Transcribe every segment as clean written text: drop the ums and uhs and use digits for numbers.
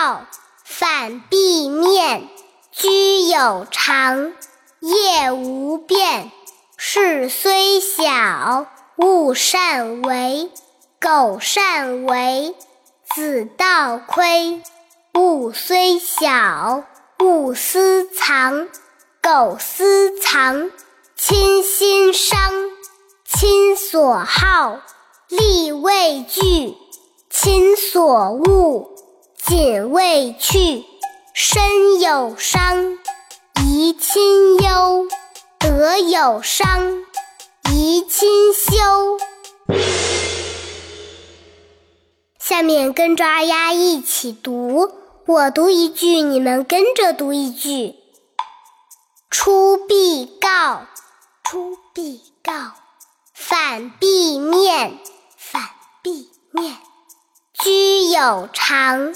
告，反必面。居有常，业无变。事虽小，勿擅为。苟擅为，子道亏。物虽小，勿私藏。苟私藏，亲心伤。亲所好，力为具。亲所恶，谨为去。身有伤，贻亲忧。德有伤，贻亲羞。下面跟着二丫一起读，我读一句，你们跟着读一句。出必告，出必告。反必面，反必面。居有常，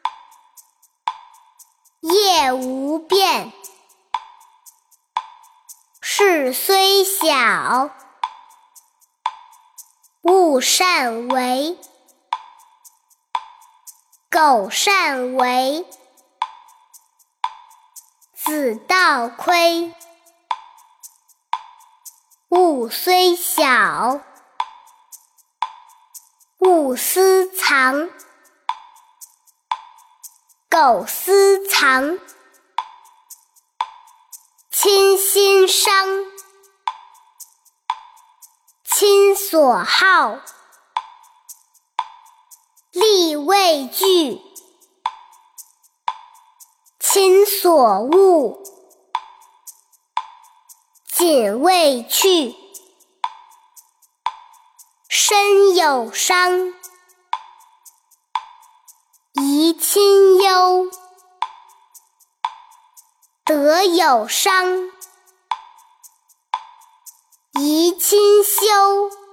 业无变。事虽小，勿擅为。苟擅为，子道亏。物虽小，勿私藏。苟私藏，亲心伤。亲所好，力为具。亲所恶，谨为去。身有伤，贻亲忧。德有伤，贻亲羞。